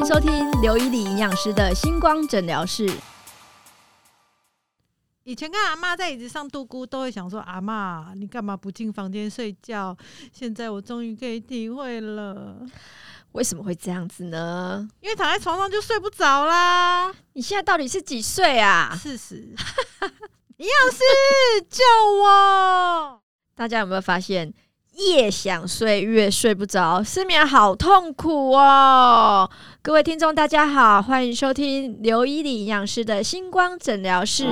迎收听刘一里营养师的星光诊疗室。 以前跟阿嬷在椅子上度孤，都会想说：“阿嬷，你干嘛不进房间睡觉？”现在我终于可以体会了。 为什么会这样子呢？ 因为躺在床上就睡不着啦。 你现在到底是几岁啊 ？40。营养师救我！ 大家有没有发现，越想睡越睡不着，失眠好痛苦哦！各位听众大家好，欢迎收听刘一里营养师的星光诊疗室。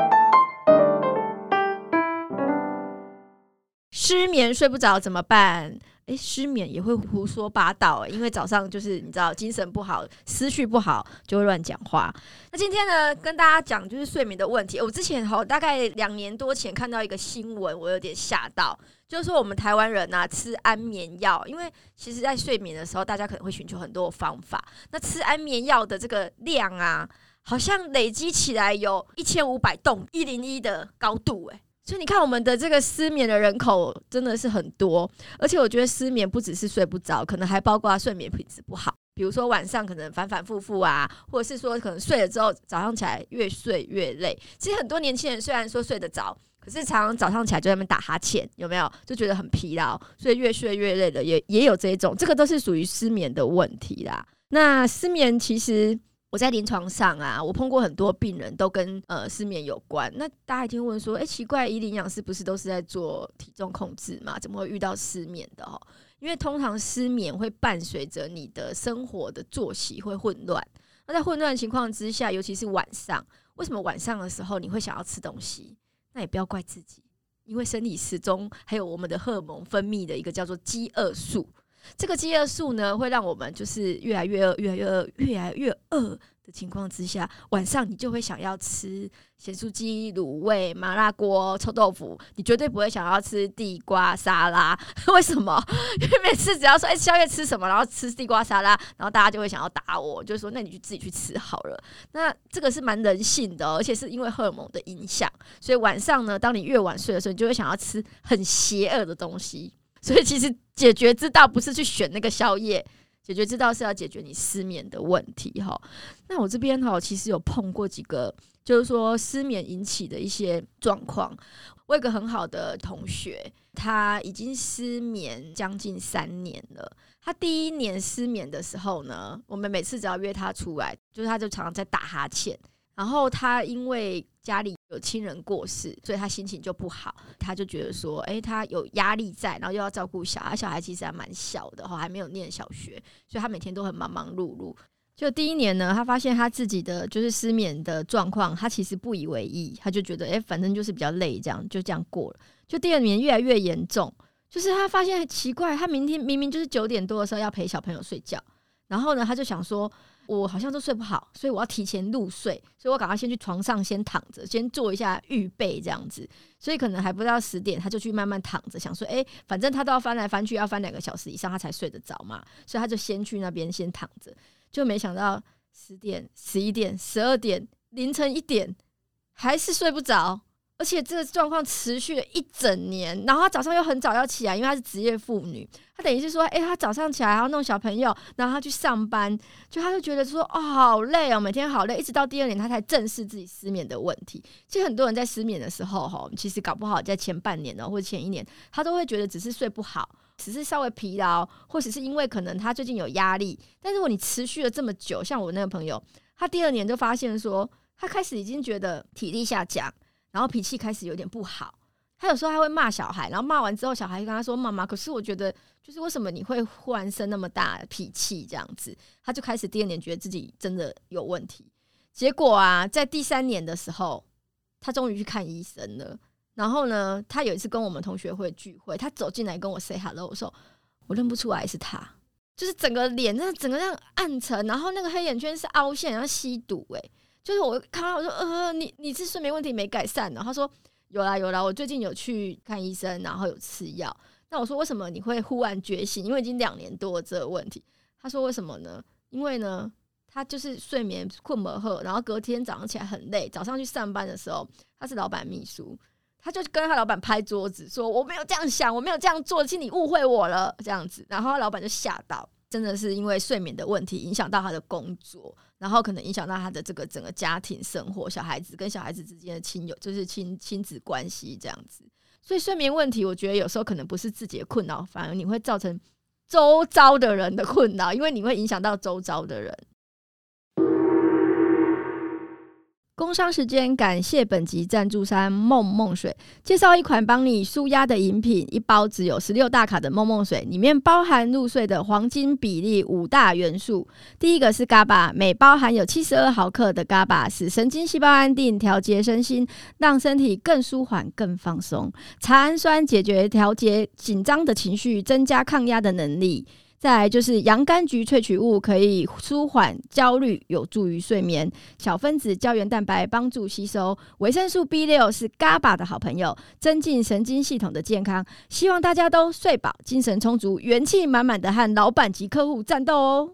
失眠睡不着怎么办？失眠也会胡说八道，因为早上就是你知道精神不好，思绪不好就会乱讲话。那今天呢，跟大家讲就是睡眠的问题。我之前大概2年多前看到一个新闻，我有点吓到，就是说我们台湾人吃安眠药，因为其实在睡眠的时候，大家可能会寻求很多方法。那吃安眠药的这个量啊，好像累积起来有1500栋101的高度所以你看我们的这个失眠的人口真的是很多，而且我觉得失眠不只是睡不着，可能还包括睡眠品质不好，比如说晚上可能反反复复啊，或者是说可能睡了之后早上起来越睡越累。其实很多年轻人虽然说睡得着，可是常常早上起来就在那边打哈欠，有没有？就觉得很疲劳，所以越睡越累的也有这一种，这个都是属于失眠的问题啦。那失眠其实我在临床上啊，我碰过很多病人都跟失眠有关。那大家一定会问说，奇怪，医营养师不是都是在做体重控制吗？怎么会遇到失眠的因为通常失眠会伴随着你的生活的作息会混乱。那在混乱的情况之下，尤其是晚上，为什么晚上的时候你会想要吃东西？那也不要怪自己，因为生理时钟还有我们的荷尔蒙分泌的一个叫做饥饿素。这个饥饿素呢，会让我们就是越来越饿的情况之下，晚上你就会想要吃咸酥鸡、卤味、麻辣锅、臭豆腐，你绝对不会想要吃地瓜沙拉。为什么？因为每次只要说宵夜吃什么，然后吃地瓜沙拉，然后大家就会想要打我，就说那你就自己去吃好了。那这个是蛮人性的而且是因为荷尔蒙的影响，所以晚上呢，当你越晚睡的时候，你就会想要吃很邪恶的东西。所以其实解决之道不是去选那个宵夜，解决之道是要解决你失眠的问题那我这边其实有碰过几个就是说失眠引起的一些状况。我有一个很好的同学，他已经失眠将近3年了。他第1年失眠的时候呢，我们每次只要约他出来，就是他就常常在打哈欠。然后他因为家里有亲人过世，所以他心情就不好，他就觉得说他有压力在，然后又要照顾小孩，小孩其实还蛮小的还没有念小学，所以他每天都很忙忙碌碌。就第1年呢，他发现他自己的就是失眠的状况，他其实不以为意，他就觉得反正就是比较累，这样就这样过了。就第2年越来越严重，就是他发现很奇怪，他明明就是9点多的时候要陪小朋友睡觉，然后呢他就想说我好像都睡不好，所以我要提前入睡，所以我赶快先去床上先躺着，先做一下预备这样子。所以可能还不到10点，他就去慢慢躺着，想说反正他都要翻来翻去，要翻2个小时以上他才睡得着嘛，所以他就先去那边先躺着。就没想到10点、11点、12点、凌晨1点还是睡不着，而且这个状况持续了1整年。然后他早上又很早要起来，因为他是职业妇女，他等于是说他早上起来还要弄小朋友，然后他去上班，他就觉得说好累每天好累。一直到第2年他才正视自己失眠的问题。其实很多人在失眠的时候其实搞不好在前半年或者前1年，他都会觉得只是睡不好，只是稍微疲劳，或者是因为可能他最近有压力。但如果你持续了这么久，像我那个朋友，他第2年就发现说他开始已经觉得体力下降，然后脾气开始有点不好。他有时候还会骂小孩，然后骂完之后小孩跟他说妈妈，可是我觉得就是为什么你会忽然生那么大脾气这样子。他就开始第2年觉得自己真的有问题。结果啊，在第3年的时候他终于去看医生了。然后呢，他有一次跟我们同学会聚会，他走进来跟我 say hello 的时候，我认不出来是他，就是整个脸整个这样暗沉，然后那个黑眼圈是凹陷，然后吸毒就是我看到我说你是睡眠问题没改善。然后他说有啦，我最近有去看医生，然后有吃药。那我说为什么你会忽然觉醒？因为已经2年多了这个问题。他说为什么呢？因为呢他就是睡眠困不好，然后隔天早上起来很累，早上去上班的时候，他是老板秘书，他就跟他老板拍桌子说我没有这样想，我没有这样做，是你误会我了这样子。然后他老板就吓到， 真的是因为睡眠的问题影响到他的工作，然后可能影响到他的这个整个家庭生活，小孩子跟小孩子之间的亲友就是亲子关系这样子。所以睡眠问题我觉得有时候可能不是自己的困扰，反而你会造成周遭的人的困扰，因为你会影响到周遭的人。工商时间，感谢本集赞助商梦梦水，介绍一款帮你舒压的饮品，一包只有16大卡的梦梦水，里面包含入睡的黄金比例5大元素。第一个是 GABA， 每包含有72毫克的 GABA， 使神经细胞安定，调节身心，让身体更舒缓更放松。茶氨酸解决调节紧张的情绪，增加抗压的能力。再来就是洋甘菊萃取物，可以舒缓焦虑，有助于睡眠。小分子胶原蛋白帮助吸收。维生素 B6 是 GABA 的好朋友，增进神经系统的健康。希望大家都睡饱，精神充足，元气满满的和老板及客户战斗哦。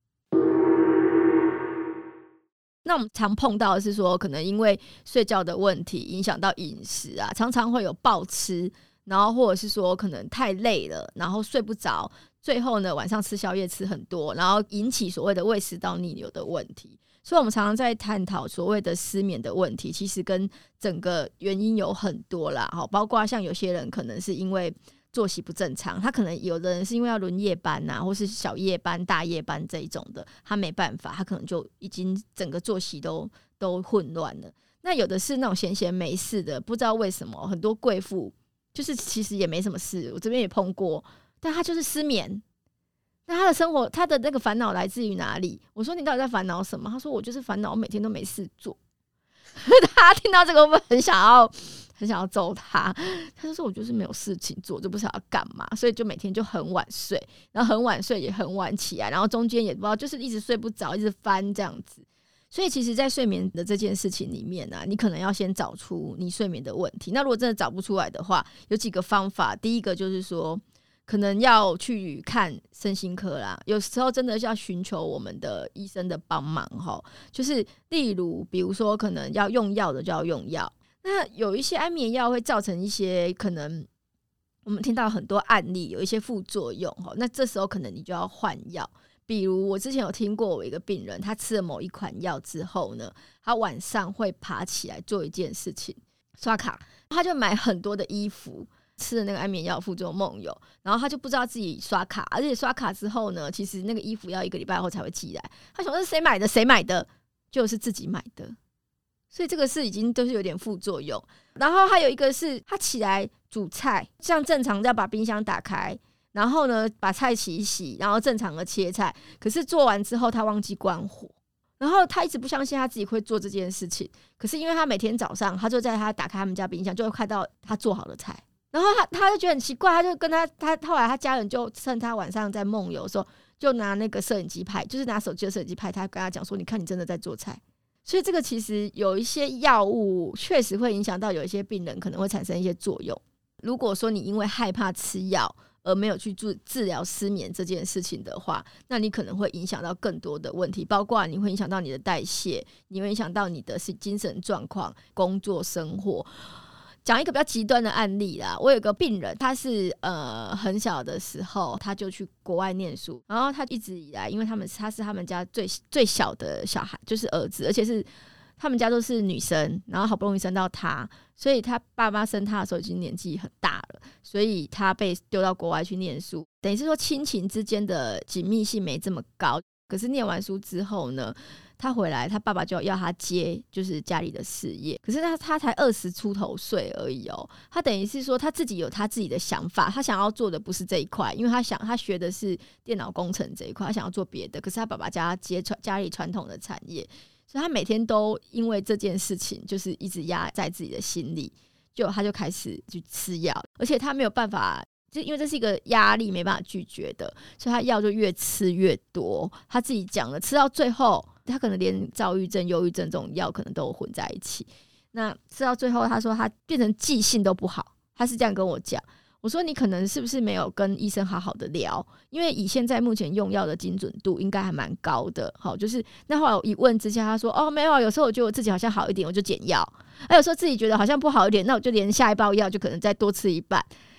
那我们常碰到的是说，可能因为睡觉的问题影响到饮食啊，常常会有暴吃，然后或者是说可能太累了，然后睡不着，最后呢晚上吃宵夜吃很多，然后引起所谓的胃食道逆流的问题。所以我们常常在探讨所谓的失眠的问题，其实跟整个原因有很多啦，包括像有些人可能是因为作息不正常，他可能有的人是因为要轮夜班啊，或是小夜班大夜班这一种的，他没办法，他可能就已经整个作息都混乱了。那有的是那种闲闲没事的，不知道为什么很多贵妇就是其实也没什么事，我这边也碰过，但他就是失眠。那他的生活，他的那个烦恼来自于哪里？我说你到底在烦恼什么？他说我就是烦恼，我每天都没事做。大家听到这个，我很想要揍他。他就说我就是没有事情做，就不知道要干嘛，所以就每天就很晚睡，然后很晚睡也很晚起来，然后中间也不知道，就是一直睡不着，一直翻这样子。所以其实在睡眠的这件事情里面啊，你可能要先找出你睡眠的问题。那如果真的找不出来的话，有几个方法。第一个就是说可能要去看身心科啦，有时候真的是要寻求我们的医生的帮忙，就是例如比如说可能要用药的就要用药，那有一些安眠药会造成一些可能我们听到很多案例有一些副作用，那这时候可能你就要换药。比如我之前有听过我一个病人，他吃了某一款药之后呢，他晚上会爬起来做一件事情，刷卡。他就买很多的衣服，吃了那个安眠药副作用梦游，然后他就不知道自己刷卡，而且刷卡之后呢，其实那个衣服要1个礼拜后才会寄来。他想说是谁买的？谁买的？就是自己买的。所以这个是已经都是有点副作用。然后还有一个是他起来煮菜，像正常要把冰箱打开，然后呢把菜洗一洗，然后正常的切菜，可是做完之后他忘记关火，然后他一直不相信他自己会做这件事情。可是因为他每天早上他就在他打开他们家冰箱就会看到他做好的菜，然后他就觉得很奇怪，他就跟他后来他家人就趁他晚上在梦游的时候，就拿那个摄影机拍，就是拿手机的摄影机拍他，跟他讲说你看你真的在做菜。所以这个其实有一些药物确实会影响到有一些病人可能会产生一些作用。如果说你因为害怕吃药而没有去治疗失眠这件事情的话，那你可能会影响到更多的问题，包括你会影响到你的代谢，你会影响到你的精神状况、工作生活。讲一个比较极端的案例啦，我有个病人，他是很小的时候他就去国外念书，然后他一直以来因为他是他们家最小的小孩，就是儿子，而且是他们家都是女生，然后好不容易生到他，所以他爸妈生他的时候已经年纪很大了，所以他被丢到国外去念书，等于是说亲情之间的紧密性没这么高。可是念完书之后呢，他回来他爸爸就要他接就是家里的事业，可是他才20出头岁而已哦。他等于是说他自己有他自己的想法，他想要做的不是这一块，因为他学的是电脑工程这一块，他想要做别的，可是他爸爸叫他接家里传统的产业，所以他每天都因为这件事情就是一直压在自己的心里，他就开始去吃药，而且他没有办法，就因为这是一个压力没办法拒绝的，所以他药就越吃越多。他自己讲了，吃到最后他可能连躁郁症、忧郁症这种药可能都有混在一起。那吃到最后他说他变成记性都不好，他是这样跟我讲。我说你可能是不是没有跟医生好好的聊，因为以现在目前用药的精准度应该还蛮高的。好，就是那后来我一问之下，他说哦没有，有时候我觉得我自己好像好一点我就减药，有时候自己觉得好像不好一点，那我就连下一包药就可能再多吃一半。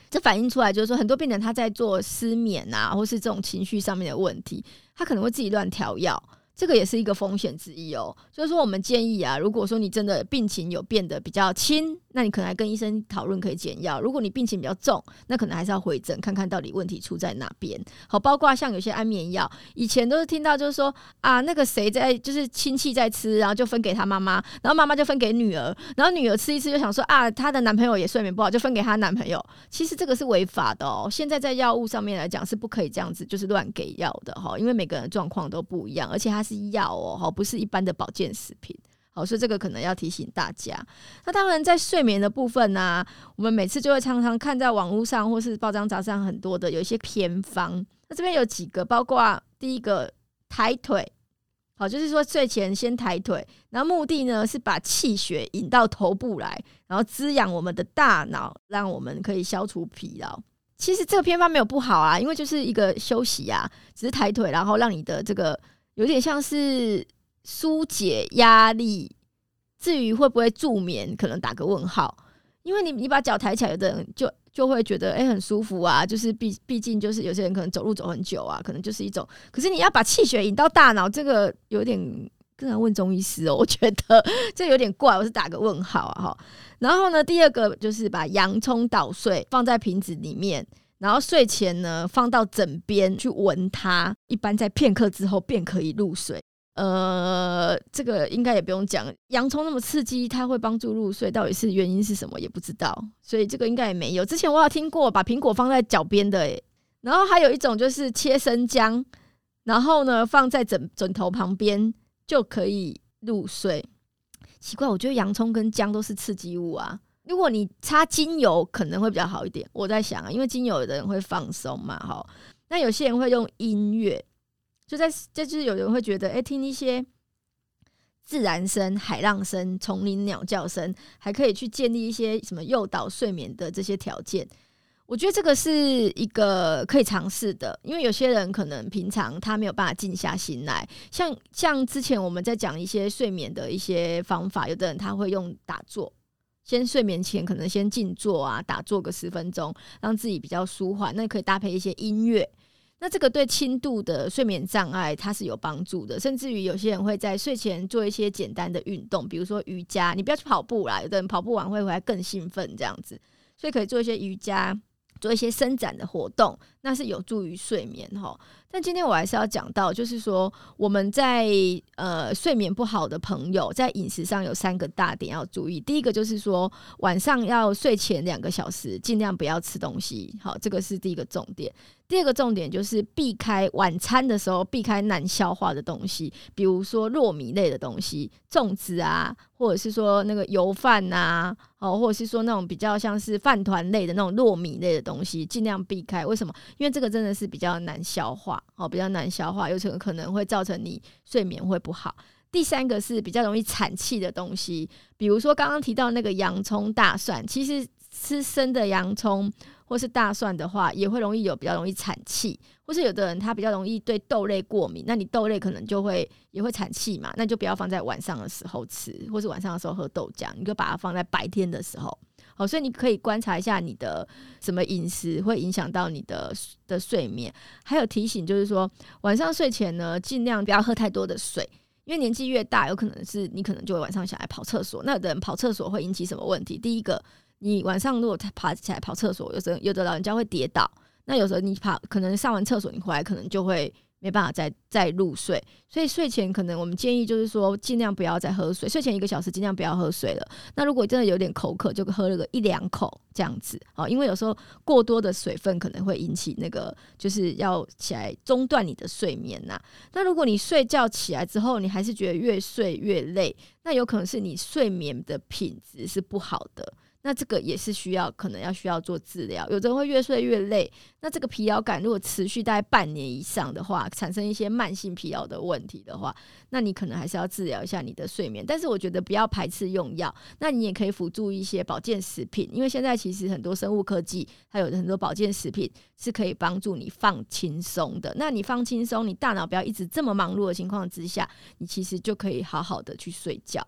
这反映出来就是说，很多病人他在做失眠啊，或是这种情绪上面的问题，他可能会自己乱调药。这个也是一个风险之一哦，所以说我们建议啊，如果说你真的病情有变得比较轻，那你可能还跟医生讨论可以减药；如果你病情比较重，那可能还是要回诊看看到底问题出在哪边。好，包括像有些安眠药，以前都是听到就是说啊，那个谁在就是亲戚在吃，然后就分给他妈妈，然后妈妈就分给女儿，然后女儿吃一吃就想说啊，她的男朋友也睡眠不好，就分给她男朋友。其实这个是违法的哦，现在在药物上面来讲是不可以这样子就是乱给药的哈，因为每个人的状况都不一样，而且它是药哦，不是一般的保健食品。好，所以这个可能要提醒大家。那当然在睡眠的部分啊，我们每次就会常常看在网络上或是报章杂志上很多的有一些偏方。那这边有几个，包括第一个抬腿，好，就是说睡前先抬腿，然后目的呢是把气血引到头部来，然后滋养我们的大脑，让我们可以消除疲劳。其实这个偏方没有不好啊，因为就是一个休息啊，只是抬腿，然后让你的这个有点像是疏解压力。至于会不会助眠，可能打个问号，因为你把脚抬起来，有的人就会觉得很舒服啊，就是毕竟就是有些人可能走路走很久啊，可能就是一种。可是你要把气血引到大脑，这个有点更要问中医师哦，我觉得这有点怪，我是打个问号啊。然后呢，第二个就是把洋葱捣碎放在瓶子里面，然后睡前呢放到枕边去闻它，一般在片刻之后便可以入睡。这个应该也不用讲，洋葱那么刺激，它会帮助入睡，到底是原因是什么也不知道，所以这个应该也没有。之前我有听过把苹果放在脚边的然后还有一种就是切生姜，然后呢放在枕头旁边就可以入睡。奇怪，我觉得洋葱跟姜都是刺激物啊，如果你擦精油可能会比较好一点，我在想啊，因为精油的人会放松嘛，那有些人会用音乐，就是有人会觉得听一些自然声、海浪声、丛林鸟叫声，还可以去建立一些什么诱导睡眠的这些条件。我觉得这个是一个可以尝试的，因为有些人可能平常他没有办法静下心来，像之前我们在讲一些睡眠的一些方法，有的人他会用打坐，先睡眠前可能先静坐啊，打坐个10分钟，让自己比较舒缓，那可以搭配一些音乐。那这个对轻度的睡眠障碍它是有帮助的，甚至于有些人会在睡前做一些简单的运动，比如说瑜伽，你不要去跑步啦，有的人跑步完会回来更兴奋这样子，所以可以做一些瑜伽，做一些伸展的活动，那是有助于睡眠齁。但今天我还是要讲到，就是说我们在睡眠不好的朋友，在饮食上有3个大点要注意。第一个就是说晚上要睡前2个小时尽量不要吃东西，好，这个是第一个重点。第二个重点就是避开晚餐的时候避开难消化的东西，比如说糯米类的东西、粽子啊，或者是说那个油饭啊，或者是说那种比较像是饭团类的那种糯米类的东西，尽量避开。为什么？因为这个真的是比较难消化，比较难消化，有可能会造成你睡眠会不好。第3个是比较容易产气的东西，比如说刚刚提到那个洋葱、大蒜，其实吃生的洋葱或是大蒜的话，也会比较容易产气，或是有的人他比较容易对豆类过敏，那你豆类可能也会产气嘛，那就不要放在晚上的时候吃，或是晚上的时候喝豆浆，你就把它放在白天的时候。好，所以你可以观察一下你的什么饮食会影响到你的睡眠。还有提醒就是说，晚上睡前呢，尽量不要喝太多的水，因为年纪越大，有可能是你可能就会晚上想来跑厕所。那有的人跑厕所会引起什么问题？第一个，你晚上如果爬起来跑厕所，有的老人家会跌倒，那有时候你可能上完厕所你回来可能就会没办法再入睡，所以睡前可能我们建议就是说尽量不要再喝水，睡前1个小时尽量不要喝水了。那如果真的有点口渴，就喝了个1-2口这样子，因为有时候过多的水分可能会引起那个就是要起来中断你的睡眠呐。那如果你睡觉起来之后你还是觉得越睡越累，那有可能是你睡眠的品质是不好的，那这个也是可能需要做治疗。有的人会越睡越累，那这个疲劳感如果持续大概半年以上的话，产生一些慢性疲劳的问题的话，那你可能还是要治疗一下你的睡眠。但是我觉得不要排斥用药，那你也可以辅助一些保健食品，因为现在其实很多生物科技还有很多保健食品是可以帮助你放轻松的。那你放轻松，你大脑不要一直这么忙碌的情况之下，你其实就可以好好的去睡觉。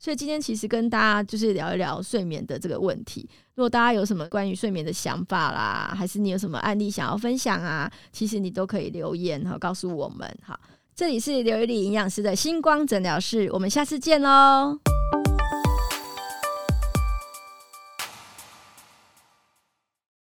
所以今天其实跟大家就是聊一聊睡眠的这个问题。如果大家有什么关于睡眠的想法啦，还是你有什么案例想要分享啊，其实你都可以留言告诉我们。好，这里是刘一里营养师的星光诊疗室，我们下次见咯。